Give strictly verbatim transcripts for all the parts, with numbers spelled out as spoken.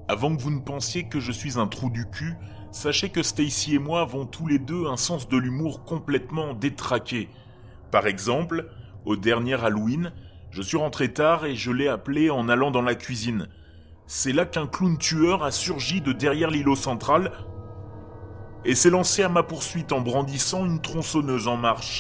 Avant que vous ne pensiez que je suis un trou du cul, sachez que Stacy et moi avons tous les deux un sens de l'humour complètement détraqué. Par exemple, au dernier Halloween, je suis rentré tard et je l'ai appelé en allant dans la cuisine. C'est là qu'un clown tueur a surgi de derrière l'îlot central et s'est lancé à ma poursuite en brandissant une tronçonneuse en marche.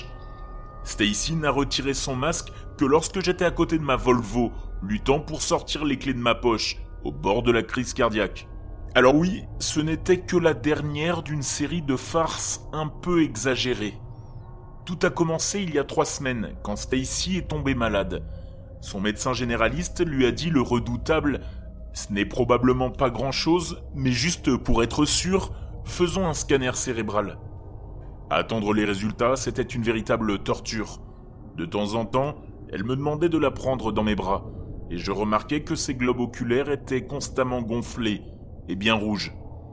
Stacy n'a retiré son masque que lorsque j'étais à côté de ma Volvo, luttant pour sortir les clés de ma poche, au bord de la crise cardiaque. Alors oui, ce n'était que la dernière d'une série de farces un peu exagérées. Tout a commencé il y a trois semaines, quand Stacy est tombée malade. Son médecin généraliste lui a dit le redoutable « Ce n'est probablement pas grand-chose, mais juste pour être sûr, faisons un scanner cérébral. » Attendre les résultats, c'était une véritable torture. De temps en temps, elle me demandait de la prendre dans mes bras, et je remarquais que ses globes oculaires étaient constamment gonflés et bien rouges.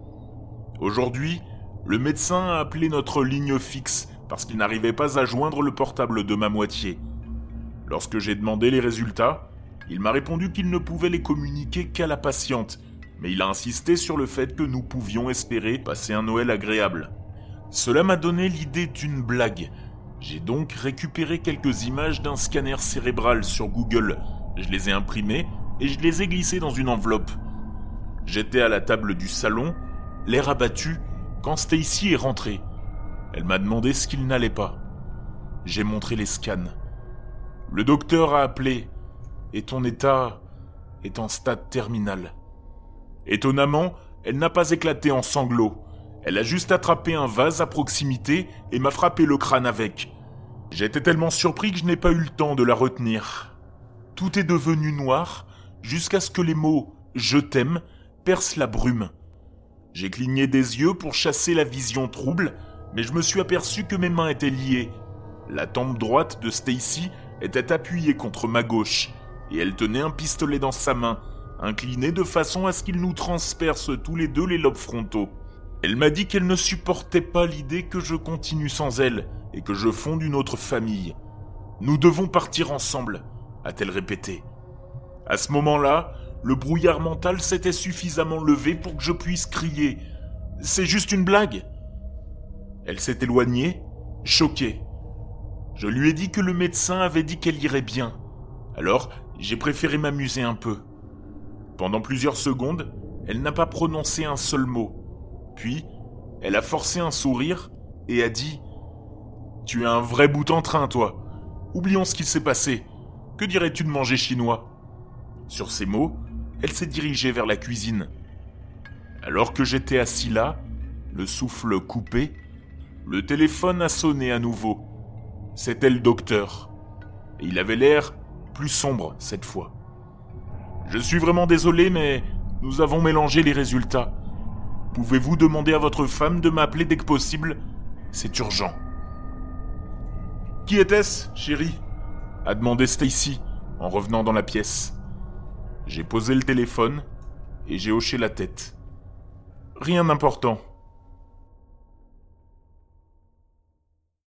Aujourd'hui, le médecin a appelé notre ligne fixe parce qu'il n'arrivait pas à joindre le portable de ma moitié. Lorsque j'ai demandé les résultats, il m'a répondu qu'il ne pouvait les communiquer qu'à la patiente, mais il a insisté sur le fait que nous pouvions espérer passer un Noël agréable. Cela m'a donné l'idée d'une blague. J'ai donc récupéré quelques images d'un scanner cérébral sur Google. Je les ai imprimées et je les ai glissées dans une enveloppe. J'étais à la table du salon, l'air abattu, quand Stacy est rentrée. Elle m'a demandé ce qu'il n'allait pas. J'ai montré les scans. Le docteur a appelé et ton état est en stade terminal. Étonnamment, elle n'a pas éclaté en sanglots. Elle a juste attrapé un vase à proximité et m'a frappé le crâne avec. J'étais tellement surpris que je n'ai pas eu le temps de la retenir. Tout est devenu noir jusqu'à ce que les mots « je t'aime » percent la brume. J'ai cligné des yeux pour chasser la vision trouble, mais je me suis aperçu que mes mains étaient liées. La tempe droite de Stacy était appuyée contre ma gauche, et elle tenait un pistolet dans sa main, incliné de façon à ce qu'il nous transperce tous les deux les lobes frontaux. Elle m'a dit qu'elle ne supportait pas l'idée que je continue sans elle, et que je fonde une autre famille. « Nous devons partir ensemble », a-t-elle répété. À ce moment-là, le brouillard mental s'était suffisamment levé pour que je puisse crier « C'est juste une blague !» Elle s'est éloignée, choquée. Je lui ai dit que le médecin avait dit qu'elle irait bien. Alors, j'ai préféré m'amuser un peu. Pendant plusieurs secondes, elle n'a pas prononcé un seul mot. Puis, elle a forcé un sourire et a dit « Tu es un vrai bout en train, toi. Oublions ce qui s'est passé. Que dirais-tu de manger chinois ?» Sur ces mots, elle s'est dirigée vers la cuisine. Alors que j'étais assis là, le souffle coupé, le téléphone a sonné à nouveau. C'était le docteur. Et il avait l'air plus sombre cette fois. « Je suis vraiment désolé, mais nous avons mélangé les résultats. Pouvez-vous demander à votre femme de m'appeler dès que possible ? C'est urgent. » « Qui était-ce, chérie ?» a demandé Stacy en revenant dans la pièce. J'ai posé le téléphone et j'ai hoché la tête. « Rien d'important. »